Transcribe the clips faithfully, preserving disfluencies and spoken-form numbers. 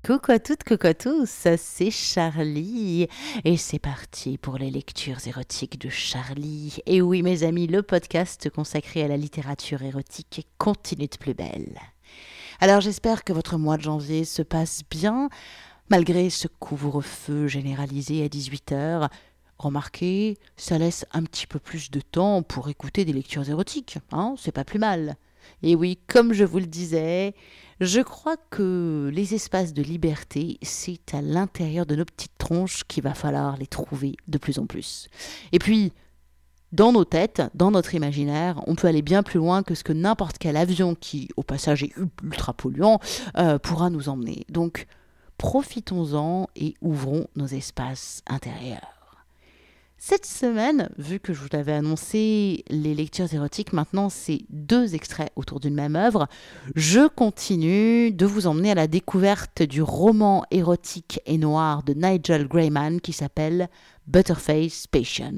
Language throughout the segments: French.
Coucou à toutes, coucou à tous, c'est Charlie et c'est parti pour les lectures érotiques de Charlie. Et oui mes amis, le podcast consacré à la littérature érotique continue de plus belle. Alors j'espère que votre mois de janvier se passe bien, malgré ce couvre-feu généralisé à dix-huit heures. Remarquez, ça laisse un petit peu plus de temps pour écouter des lectures érotiques, hein, c'est pas plus mal. Et oui, comme je vous le disais, je crois que les espaces de liberté, c'est à l'intérieur de nos petites tronches qu'il va falloir les trouver de plus en plus. Et puis, dans nos têtes, dans notre imaginaire, on peut aller bien plus loin que ce que n'importe quel avion qui, au passage, est ultra polluant, euh, pourra nous emmener. Donc, profitons-en et ouvrons nos espaces intérieurs. Cette semaine, vu que je vous l'avais annoncé, les lectures érotiques, maintenant c'est deux extraits autour d'une même œuvre, je continue de vous emmener à la découverte du roman érotique et noir de Nigel Gaiman qui s'appelle Butterface Passion.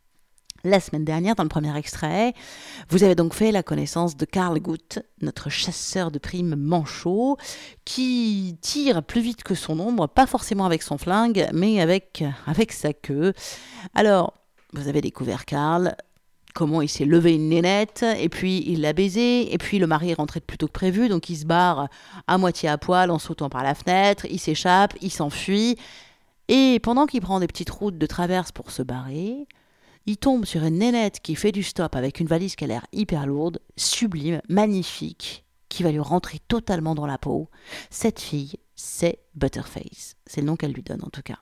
La semaine dernière, dans le premier extrait, vous avez donc fait la connaissance de Karl Guth, notre chasseur de primes manchot, qui tire plus vite que son ombre, pas forcément avec son flingue, mais avec, avec sa queue. Alors, vous avez découvert Karl, comment il s'est levé une nénette, et puis il l'a baisé, et puis le mari est rentré plus tôt que prévu, donc il se barre à moitié à poil en sautant par la fenêtre, il s'échappe, il s'enfuit, et pendant qu'il prend des petites routes de traverse pour se barrer, il tombe sur une nénette qui fait du stop avec une valise qui a l'air hyper lourde, sublime, magnifique, qui va lui rentrer totalement dans la peau. Cette fille, c'est Butterface. C'est le nom qu'elle lui donne en tout cas.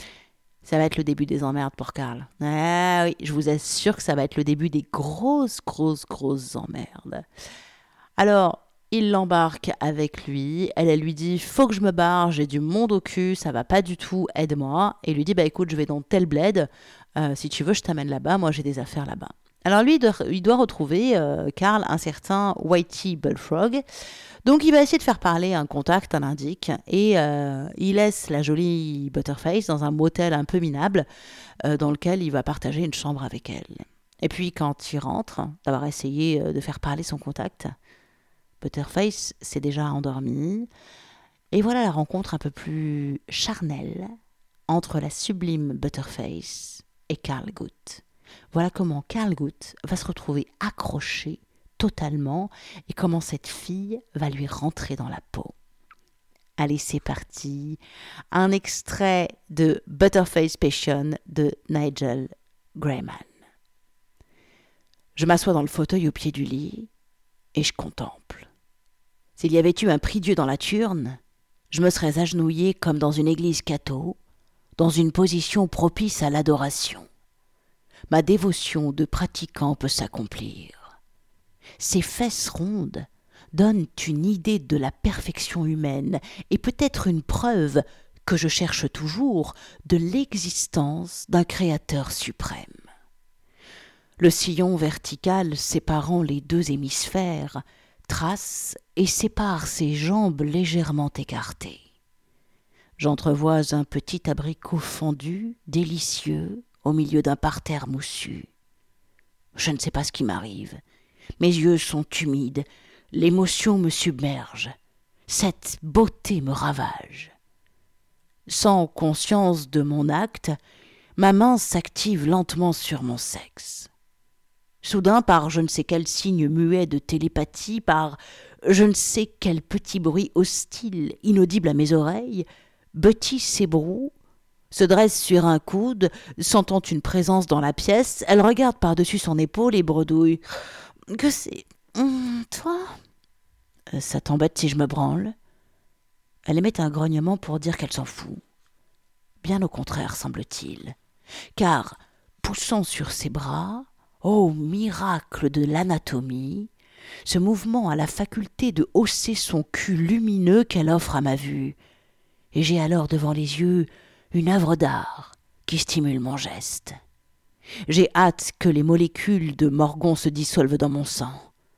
Ça va être le début des emmerdes pour Karl. Ah oui, je vous assure que ça va être le début des grosses, grosses, grosses emmerdes. Alors, il l'embarque avec lui. Elle, elle lui dit « Faut que je me barre, j'ai du monde au cul, ça va pas du tout, aide-moi. » Et il lui dit « Bah écoute, je vais dans tel bled. Euh, si tu veux, je t'amène là-bas. Moi, j'ai des affaires là-bas. » Alors lui, il doit, il doit retrouver, euh, Karl, un certain Whitey Bullfrog. Donc, il va essayer de faire parler un contact, un indique, et euh, il laisse la jolie Butterface dans un motel un peu minable, euh, dans lequel il va partager une chambre avec elle. Et puis, quand il rentre, d'avoir essayé de faire parler son contact, Butterface s'est déjà endormie. Et voilà la rencontre un peu plus charnelle entre la sublime Butterface et Karl Guth. Voilà comment Karl Guth va se retrouver accroché totalement et comment cette fille va lui rentrer dans la peau. Allez, c'est parti. Un extrait de Butterface Passion de Nigel Gaiman. Je m'assois dans le fauteuil au pied du lit et je contemple. S'il y avait eu un prie-dieu dans la turne, je me serais agenouillé comme dans une église catho, dans une position propice à l'adoration. Ma dévotion de pratiquant peut s'accomplir. Ces fesses rondes donnent une idée de la perfection humaine et peut-être une preuve, que je cherche toujours, de l'existence d'un créateur suprême. Le sillon vertical séparant les deux hémisphères trace et sépare ses jambes légèrement écartées. J'entrevois un petit abricot fendu, délicieux, au milieu d'un parterre moussu. Je ne sais pas ce qui m'arrive. Mes yeux sont humides, l'émotion me submerge. Cette beauté me ravage. Sans conscience de mon acte, ma main s'active lentement sur mon sexe. Soudain, par je ne sais quel signe muet de télépathie, par je ne sais quel petit bruit hostile, inaudible à mes oreilles, Betty s'ébroue, se dresse sur un coude, sentant une présence dans la pièce, elle regarde par-dessus son épaule et bredouille. « Que c'est... Hum, toi ?»« Ça t'embête si je me branle ?» Elle émet un grognement pour dire qu'elle s'en fout. Bien au contraire, semble-t-il, car, poussant sur ses bras, ô miracle de l'anatomie, ce mouvement a la faculté de hausser son cul lumineux qu'elle offre à ma vue, et j'ai alors devant les yeux une œuvre d'art qui stimule mon geste. J'ai hâte que les molécules de Morgon se dissolvent dans mon sang.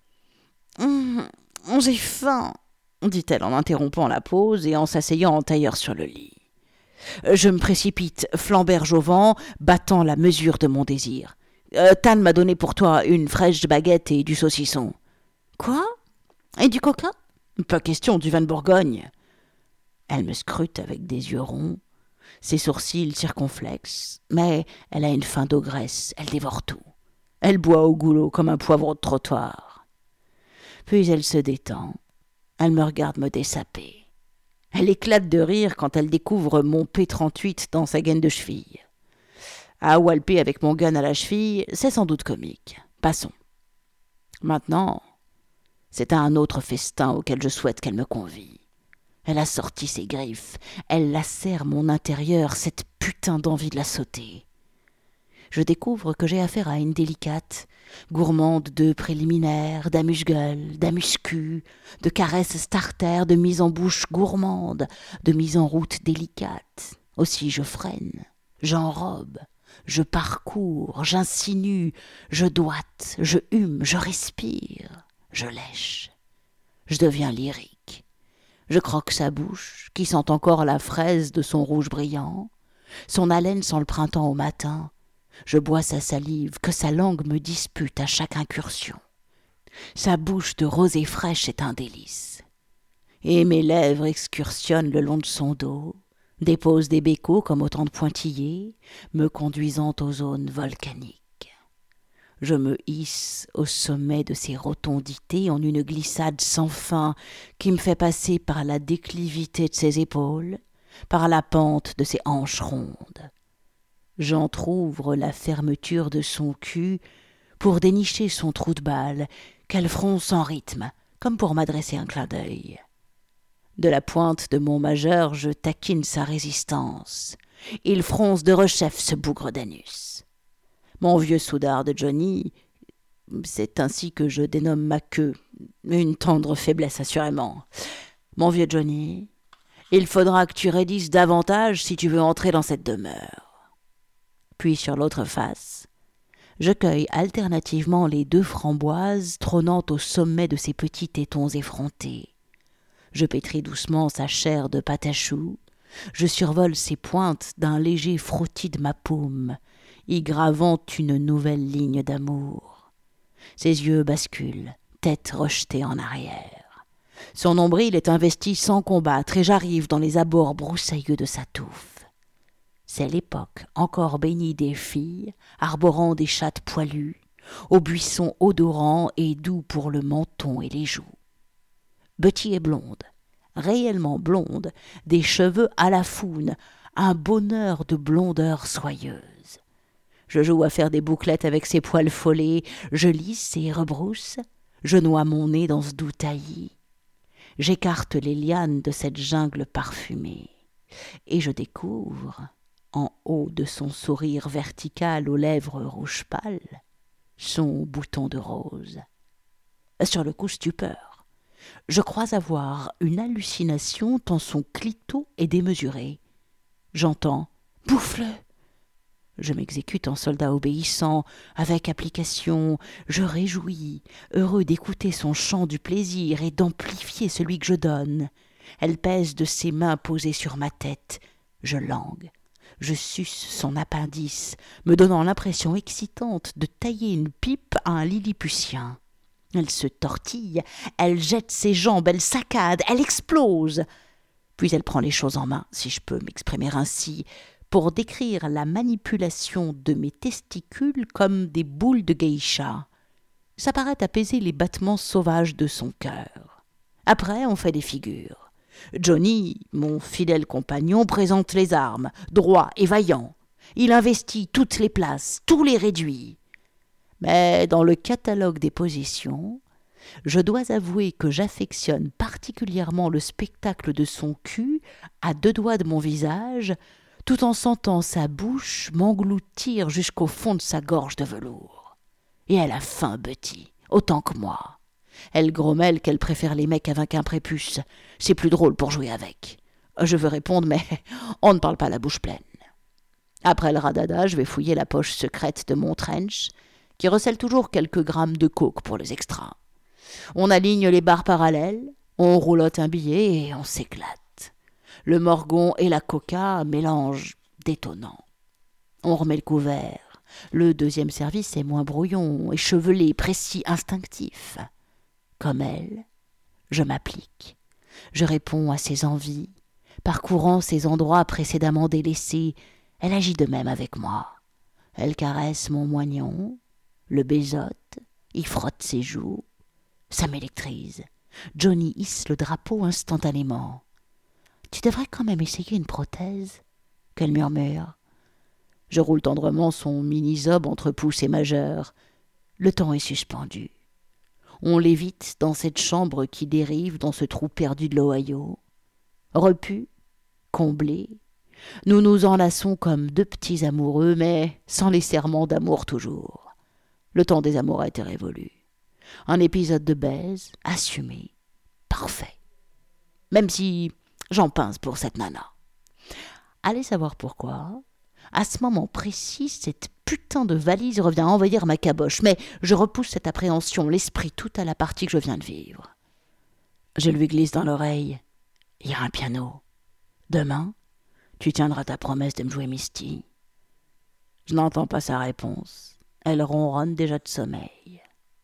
Hum, « J'ai faim !» dit-elle en interrompant la pause et en s'asseyant en tailleur sur le lit. Je me précipite, flamberge au vent, battant la mesure de mon désir. Euh, Tan m'a donné pour toi une fraîche baguette et du saucisson. Quoi ? Et du coca ? Pas question, du vin de Bourgogne. Elle me scrute avec des yeux ronds, ses sourcils circonflexes, mais elle a une faim d'ogresse, elle dévore tout. Elle boit au goulot comme un poivron de trottoir. Puis elle se détend, elle me regarde me dessaper. Elle éclate de rire quand elle découvre mon P trente-huit dans sa gaine de cheville. À walper avec mon gun à la cheville, c'est sans doute comique. Passons. Maintenant, c'est à un autre festin auquel je souhaite qu'elle me convie. Elle a sorti ses griffes, elle lacère mon intérieur, cette putain d'envie de la sauter. Je découvre que j'ai affaire à une délicate, gourmande de préliminaires, d'amuse-gueule, d'amuse-cul, de caresses starter, de mise en bouche gourmande, de mise en route délicate. Aussi je freine, j'enrobe, je parcours, j'insinue, je doite, je hume, je respire, je lèche. Je deviens lyrique. Je croque sa bouche, qui sent encore la fraise de son rouge brillant. Son haleine sent le printemps au matin. Je bois sa salive, que sa langue me dispute à chaque incursion. Sa bouche de rosée fraîche est un délice. Et mes lèvres excursionnent le long de son dos, déposent des bécots comme autant de pointillés, me conduisant aux zones volcaniques. Je me hisse au sommet de ces rotondités en une glissade sans fin qui me fait passer par la déclivité de ses épaules, par la pente de ses hanches rondes. J'entr'ouvre la fermeture de son cul pour dénicher son trou de balle qu'elle fronce en rythme, comme pour m'adresser un clin d'œil. De la pointe de mon majeur, je taquine sa résistance. Il fronce de rechef ce bougre d'anus. Mon vieux soudard de Johnny, c'est ainsi que je dénomme ma queue, une tendre faiblesse assurément. Mon vieux Johnny, il faudra que tu raidisses davantage si tu veux entrer dans cette demeure. Puis sur l'autre face, je cueille alternativement les deux framboises trônant au sommet de ses petits tétons effrontés. Je pétris doucement sa chair de pâte à choux, je survole ses pointes d'un léger frottis de ma paume, y gravant une nouvelle ligne d'amour. Ses yeux basculent, tête rejetée en arrière. Son nombril est investi sans combattre et j'arrive dans les abords broussailleux de sa touffe. C'est l'époque encore bénie des filles, arborant des chattes poilues, aux buissons odorants et doux pour le menton et les joues. Betty est blonde, réellement blonde, des cheveux à la foune, un bonheur de blondeur soyeuse. Je joue à faire des bouclettes avec ses poils follets, je lisse et rebrousse, je noie mon nez dans ce doux taillis. J'écarte les lianes de cette jungle parfumée, et je découvre, en haut de son sourire vertical aux lèvres rouges pâles, son bouton de rose. Sur le coup, stupeur. Je crois avoir une hallucination tant son clito est démesuré. J'entends « Bouffe-le !» Je m'exécute en soldat obéissant, avec application, je réjouis, heureux d'écouter son chant du plaisir et d'amplifier celui que je donne. Elle pèse de ses mains posées sur ma tête. Je langue. Je suce son appendice, me donnant l'impression excitante de tailler une pipe à un lilliputien. Elle se tortille, elle jette ses jambes, elle saccade, elle explose. Puis elle prend les choses en main, si je peux m'exprimer ainsi, pour décrire la manipulation de mes testicules comme des boules de geisha. Ça paraît apaiser les battements sauvages de son cœur. Après, on fait des figures. Johnny, mon fidèle compagnon, présente les armes, droit et vaillant. Il investit toutes les places, tous les réduits. Mais dans le catalogue des positions, je dois avouer que j'affectionne particulièrement le spectacle de son cul à deux doigts de mon visage, tout en sentant sa bouche m'engloutir jusqu'au fond de sa gorge de velours. Et elle a faim, Betty, autant que moi. Elle grommelle qu'elle préfère les mecs avec un prépuce. C'est plus drôle pour jouer avec. Je veux répondre, mais on ne parle pas la bouche pleine. Après le radada, je vais fouiller la poche secrète de mon trench, qui recèle toujours quelques grammes de coke pour les extras. On aligne les barres parallèles, on roulotte un billet et on s'éclate. Le morgon et la coca, mélange détonnant. On remet le couvert. Le deuxième service est moins brouillon, échevelé, précis, instinctif. Comme elle, je m'applique. Je réponds à ses envies, Parcourant ces endroits précédemment délaissés, elle agit de même avec moi. Elle caresse mon moignon, le baisote, y frotte ses joues. Ça m'électrise. Johnny hisse le drapeau instantanément. « Tu devrais quand même essayer une prothèse ?» qu'elle murmure. Je roule tendrement son mini-zob entre pouce et majeur. Le temps est suspendu. On l'évite dans cette chambre qui dérive dans ce trou perdu de l'Ohio. Repus, comblés, nous nous enlaçons comme deux petits amoureux, mais sans les serments d'amour toujours. Le temps des amourettes est révolu. Un épisode de baise, assumé, parfait. Même si j'en pince pour cette nana. Allez savoir pourquoi. À ce moment précis, cette putain de valise revient envahir ma caboche, mais je repousse cette appréhension, l'esprit tout à la partie que je viens de vivre. Je lui glisse dans l'oreille. Il y a un piano. Demain, tu tiendras ta promesse de me jouer Misty. Je n'entends pas sa réponse. Elle ronronne déjà de sommeil.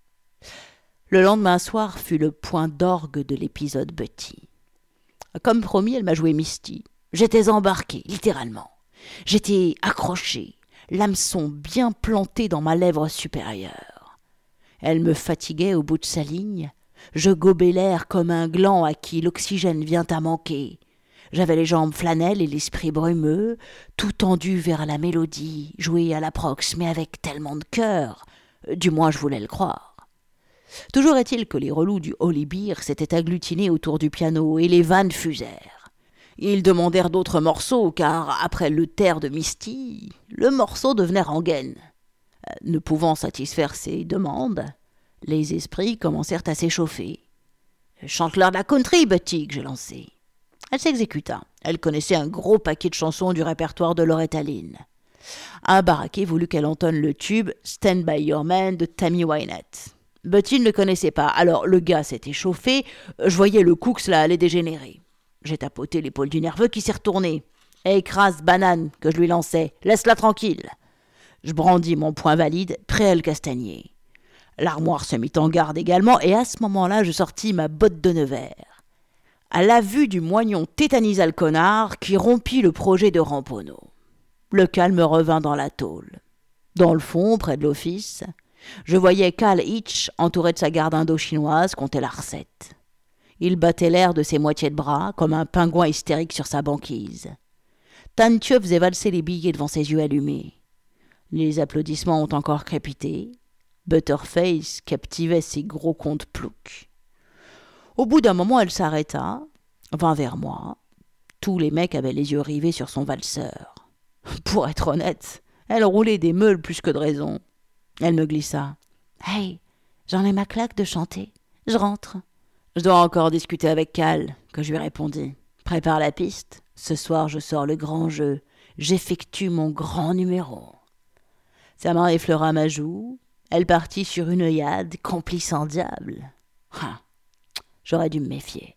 Le lendemain soir fut le point d'orgue de l'épisode Betty. Comme promis, elle m'a joué Misty. J'étais embarqué, littéralement. J'étais accroché, l'hameçon bien planté dans ma lèvre supérieure. Elle me fatiguait au bout de sa ligne. Je gobais l'air comme un gland à qui l'oxygène vient à manquer. J'avais les jambes flanelles et l'esprit brumeux, tout tendu vers la mélodie, jouée à l'approxe, mais avec tellement de cœur. Du moins, je voulais le croire. Toujours est-il que les relous du Holy Beer s'étaient agglutinés autour du piano et les vannes fusèrent. Ils demandèrent d'autres morceaux, car après le terre de Misty, le morceau devenait rengaine. Ne pouvant satisfaire ces demandes, les esprits commencèrent à s'échauffer. « Chante-leur de la country, Betty !» que j'ai lancé. Elle s'exécuta. Elle connaissait un gros paquet de chansons du répertoire de Loretta Lynn. Un baraquet voulut qu'elle entonne le tube « Stand by Your Man » de Tammy Wynette. Betty ne le connaissait pas, alors le gars s'était chauffé, je voyais le coup que cela allait dégénérer. J'ai tapoté l'épaule du nerveux qui s'est retourné. « Écrase, banane !» que je lui lançais. « Laisse-la tranquille !» Je brandis mon poing valide, prêt à le castagner. L'armoire se mit en garde également, et à ce moment-là, je sortis ma botte de Nevers. À la vue du moignon tétanisa le connard qui rompit le projet de Ramponneau. Le calme revint dans la tôle. Dans le fond, près de l'office, je voyais Cal Hitch, entouré de sa garde indo-chinoise, compter la recette. Il battait l'air de ses moitiés de bras, comme un pingouin hystérique sur sa banquise. Tantieux faisait valser les billets devant ses yeux allumés. Les applaudissements ont encore crépité. Butterface captivait ses gros comptes ploucs. Au bout d'un moment, elle s'arrêta, vint vers moi. Tous les mecs avaient les yeux rivés sur son valseur. Pour être honnête, elle roulait des meules plus que de raison. Elle me glissa. « Hey, j'en ai ma claque de chanter. Je rentre. » « Je dois encore discuter avec Cal, » que je lui répondis. « Prépare la piste. Ce soir, je sors le grand jeu. J'effectue mon grand numéro. » Sa main effleura ma joue. Elle partit sur une œillade, complice en diable. Ah, j'aurais dû me méfier.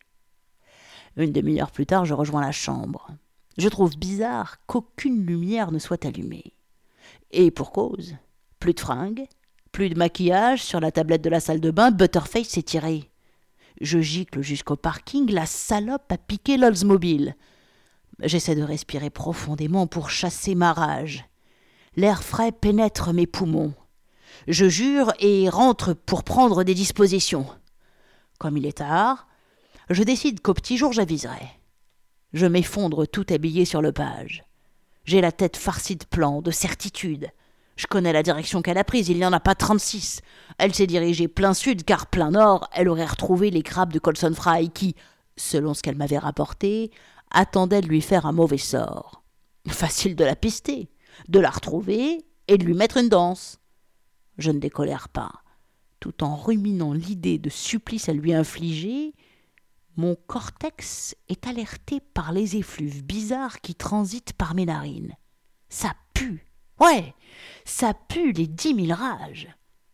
Une demi-heure plus tard, je rejoins la chambre. Je trouve bizarre qu'aucune lumière ne soit allumée. Et pour cause, plus de fringues, plus de maquillage, sur la tablette de la salle de bain, Butterface s'est tiré. Je gicle jusqu'au parking, la salope a piqué l'Oldsmobile. J'essaie de respirer profondément pour chasser ma rage. L'air frais pénètre mes poumons. Je jure et rentre pour prendre des dispositions. Comme il est tard, je décide qu'au petit jour j'aviserai. Je m'effondre tout habillé sur le page. J'ai la tête farcie de plans, de certitudes. Je connais la direction qu'elle a prise, il n'y en a pas trente-six. Elle s'est dirigée plein sud, car plein nord, elle aurait retrouvé les crabes de Colson Fry qui, selon ce qu'elle m'avait rapporté, attendaient de lui faire un mauvais sort. Facile de la pister, de la retrouver et de lui mettre une danse. Je ne décolère pas. Tout en ruminant l'idée de supplice à lui infliger, mon cortex est alerté par les effluves bizarres qui transitent par mes narines. Ça pue. Ouais, ça pue les dix mille rages.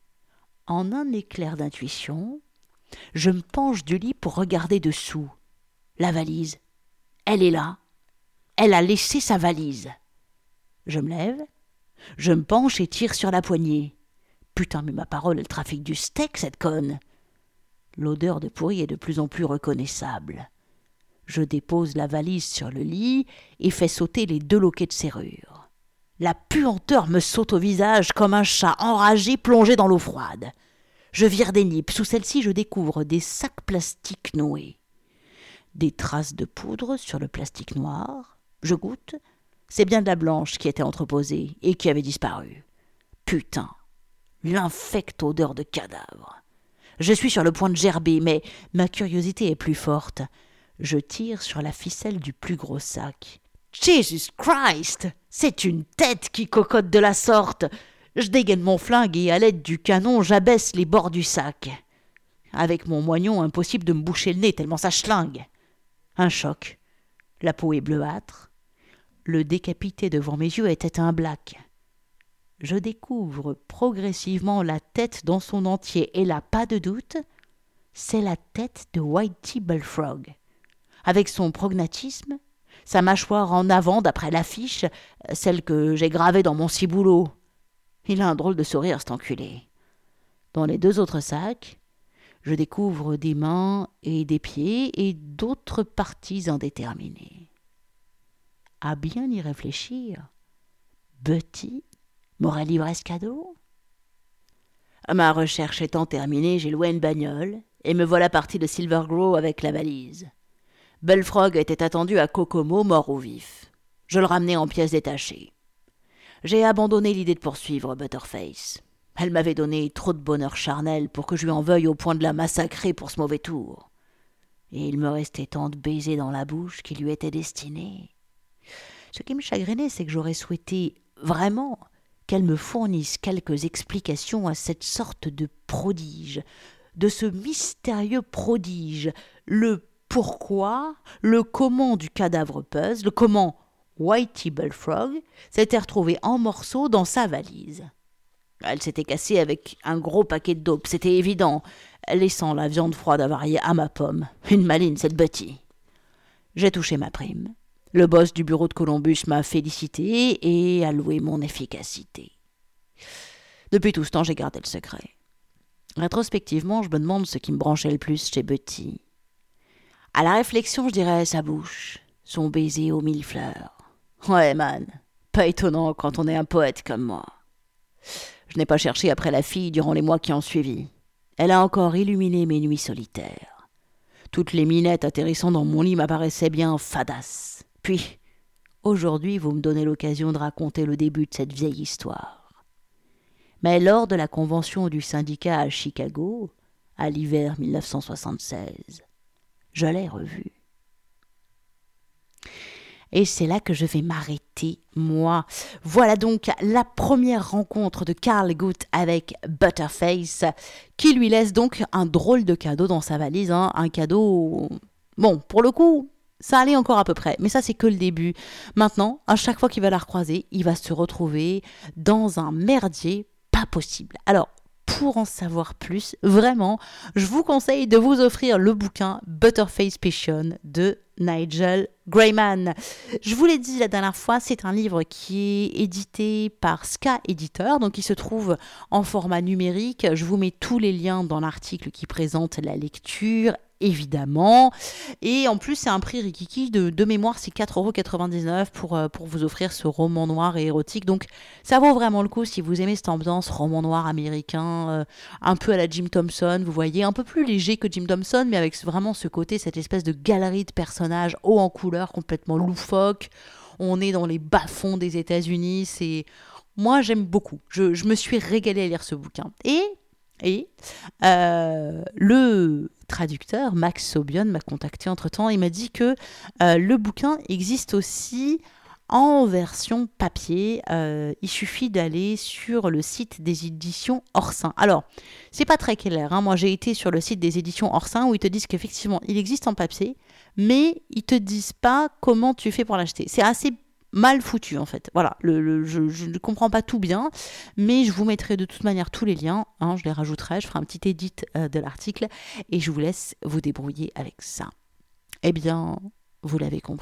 En un éclair d'intuition, je me penche du lit pour regarder dessous. La valise, elle est là. Elle a laissé sa valise. Je me lève, je me penche et tire sur la poignée. Putain, mais ma parole, elle trafique du steak, cette conne. L'odeur de pourri est de plus en plus reconnaissable. Je dépose la valise sur le lit et fais sauter les deux loquets de serrure. La puanteur me saute au visage comme un chat enragé plongé dans l'eau froide. Je vire des nippes. Sous celle-ci, je découvre des sacs plastiques noués. Des traces de poudre sur le plastique noir. Je goûte. C'est bien de la blanche qui était entreposée et qui avait disparu. Putain, l'infecte odeur de cadavre. Je suis sur le point de gerber, mais ma curiosité est plus forte. Je tire sur la ficelle du plus gros sac. Jesus Christ! C'est une tête qui cocotte de la sorte! Je dégaine mon flingue et à l'aide du canon, j'abaisse les bords du sac. Avec mon moignon, impossible de me boucher le nez tellement ça schlingue. Un choc. La peau est bleuâtre. Le décapité devant mes yeux était un black. Je découvre progressivement la tête dans son entier et là, pas de doute, c'est la tête de Whitey Bullfrog. Avec son prognatisme, sa mâchoire en avant d'après l'affiche, celle que j'ai gravée dans mon ciboulot. Il a un drôle de sourire, cet enculé. Dans les deux autres sacs, je découvre des mains et des pieds et d'autres parties indéterminées. À bien y réfléchir, Betty m'aurait livré ce cadeau? Ma recherche étant terminée, j'ai loué une bagnole et me voilà parti de Silver Grove avec la valise. Bullfrog était attendu à Kokomo, mort ou vif. Je le ramenais en pièces détachées. J'ai abandonné l'idée de poursuivre Butterface. Elle m'avait donné trop de bonheur charnel pour que je lui en veuille au point de la massacrer pour ce mauvais tour. Et il me restait tant de baisers dans la bouche qui lui étaient destinés. Ce qui me chagrinait, c'est que j'aurais souhaité vraiment qu'elle me fournisse quelques explications à cette sorte de prodige, de ce mystérieux prodige, le pourquoi, le comment du cadavre puzzle, le comment Whitey Bullfrog s'était retrouvé en morceaux dans sa valise. Elle s'était cassée avec un gros paquet de dope, c'était évident, laissant la viande froide avariée à ma pomme. Une maline, cette Betty. J'ai touché ma prime. Le boss du bureau de Columbus m'a félicité et a loué mon efficacité. Depuis tout ce temps, j'ai gardé le secret. Rétrospectivement, je me demande ce qui me branchait le plus chez Betty. À la réflexion, je dirais sa bouche, son baiser aux mille fleurs. Ouais, man, pas étonnant quand on est un poète comme moi. Je n'ai pas cherché après la fille durant les mois qui ont suivi. Elle a encore illuminé mes nuits solitaires. Toutes les minettes atterrissant dans mon lit m'apparaissaient bien fadasses. Puis, aujourd'hui, vous me donnez l'occasion de raconter le début de cette vieille histoire. Mais lors de la convention du syndicat à Chicago, à l'hiver mille neuf cent soixante-seize, je l'ai revue. Et c'est là que je vais m'arrêter, moi. Voilà donc la première rencontre de Carl Guth avec Butterface, qui lui laisse donc un drôle de cadeau dans sa valise. Hein, un cadeau... Bon, pour le coup, ça allait encore à peu près, mais ça c'est que le début. Maintenant, à chaque fois qu'il va la recroiser, il va se retrouver dans un merdier pas possible. Alors, pour en savoir plus, vraiment, je vous conseille de vous offrir le bouquin Butterface Passion de Nigel Grayman. Je vous l'ai dit la dernière fois, c'est un livre qui est édité par Ska Éditeur, donc il se trouve en format numérique. Je vous mets tous les liens dans l'article qui présente la lecture, évidemment. Et en plus, c'est un prix rikiki de, de mémoire, c'est quatre euros quatre-vingt-dix-neuf pour, pour vous offrir ce roman noir et érotique. Donc, ça vaut vraiment le coup si vous aimez cette ambiance roman noir américain, euh, un peu à la Jim Thompson, vous voyez, un peu plus léger que Jim Thompson, mais avec vraiment ce côté, cette espèce de galerie de personnages haut en couleur, complètement loufoque. On est dans les bas-fonds des États-Unis. C'est... Moi, j'aime beaucoup. Je, je me suis régalée à lire ce bouquin. Et... Et euh, le traducteur, Max Sobion, m'a contacté entre-temps. Il m'a dit que euh, le bouquin existe aussi en version papier. Euh, il suffit d'aller sur le site des éditions Orsin. Alors, c'est pas très clair. Hein. Moi, j'ai été sur le site des éditions Orsin où ils te disent qu'effectivement, il existe en papier, mais ils te disent pas comment tu fais pour l'acheter. C'est assez mal foutu en fait. Voilà, le, le, je, je ne comprends pas tout bien, mais je vous mettrai de toute manière tous les liens, hein, je les rajouterai, je ferai un petit edit euh, de l'article et je vous laisse vous débrouiller avec ça. Eh bien, vous l'avez compris,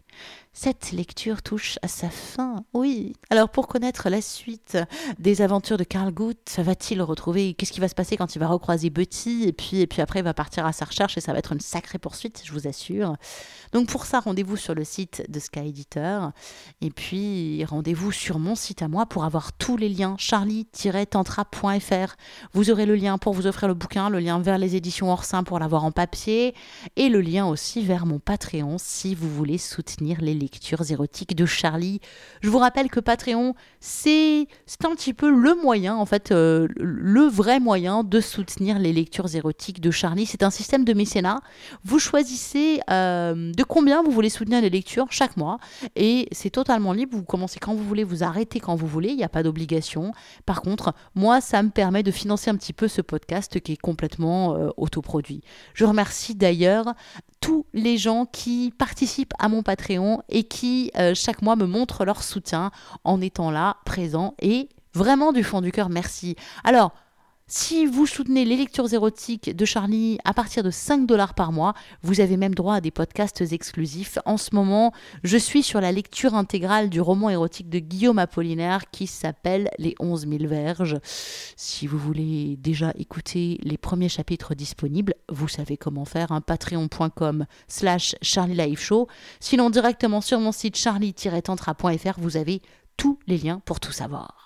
Cette lecture touche à sa fin, oui. Alors pour connaître la suite des aventures de Karl Guth, va-t-il retrouver, qu'est-ce qui va se passer quand il va recroiser Betty, et puis, et puis après il va partir à sa recherche et ça va être une sacrée poursuite, je vous assure. Donc pour ça, rendez-vous sur le site de Sky Editor, et puis rendez-vous sur mon site à moi pour avoir tous les liens, charlie tiret tantra point f r. Vous aurez le lien pour vous offrir le bouquin, le lien vers les éditions Orsin pour l'avoir en papier, et le lien aussi vers mon Patreon si vous voulez soutenir les lectures érotiques de Charlie. Je vous rappelle que Patreon, c'est, c'est un petit peu le moyen, en fait, euh, le vrai moyen de soutenir les lectures érotiques de Charlie. C'est un système de mécénat. Vous choisissez euh, de combien vous voulez soutenir les lectures chaque mois et c'est totalement libre. Vous commencez quand vous voulez, vous arrêtez quand vous voulez. Il n'y a pas d'obligation. Par contre, moi, ça me permet de financer un petit peu ce podcast qui est complètement euh, autoproduit. Je remercie d'ailleurs tous les gens qui participent à mon Patreon et qui, euh, chaque mois, me montrent leur soutien en étant là, présent et vraiment du fond du cœur, merci. Alors, si vous soutenez les lectures érotiques de Charlie à partir de cinq dollars par mois, vous avez même droit à des podcasts exclusifs. En ce moment, je suis sur la lecture intégrale du roman érotique de Guillaume Apollinaire qui s'appelle Les onze mille verges. Si vous voulez déjà écouter les premiers chapitres disponibles, vous savez comment faire, hein, patreon point com slash charlie live show. Sinon, directement sur mon site charlie tiret tantra point f r, vous avez tous les liens pour tout savoir.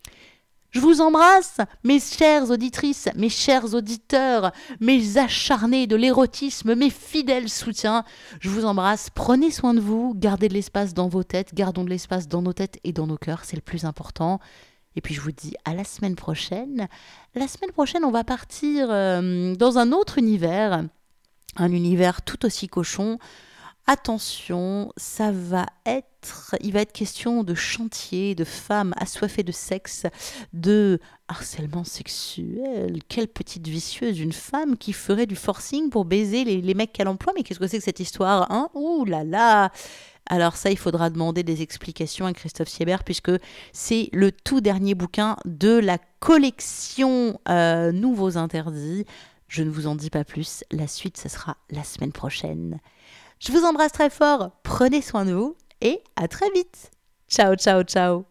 Je vous embrasse, mes chères auditrices, mes chers auditeurs, mes acharnés de l'érotisme, mes fidèles soutiens. Je vous embrasse, prenez soin de vous, gardez de l'espace dans vos têtes, gardons de l'espace dans nos têtes et dans nos cœurs, c'est le plus important. Et puis je vous dis à la semaine prochaine. La semaine prochaine, on va partir euh, dans un autre univers, un univers tout aussi cochon. Attention, ça va être, il va être question de chantier, de femmes assoiffées de sexe, de harcèlement sexuel. Quelle petite vicieuse, une femme qui ferait du forcing pour baiser les, les mecs qu'elle emploie. Mais qu'est-ce que c'est que cette histoire, hein? Ouh là là! Alors ça, il faudra demander des explications à Christophe Siebert puisque c'est le tout dernier bouquin de la collection euh, Nouveaux Interdits. Je ne vous en dis pas plus, la suite, ce sera la semaine prochaine. Je vous embrasse très fort, prenez soin de vous et à très vite. Ciao, ciao, ciao.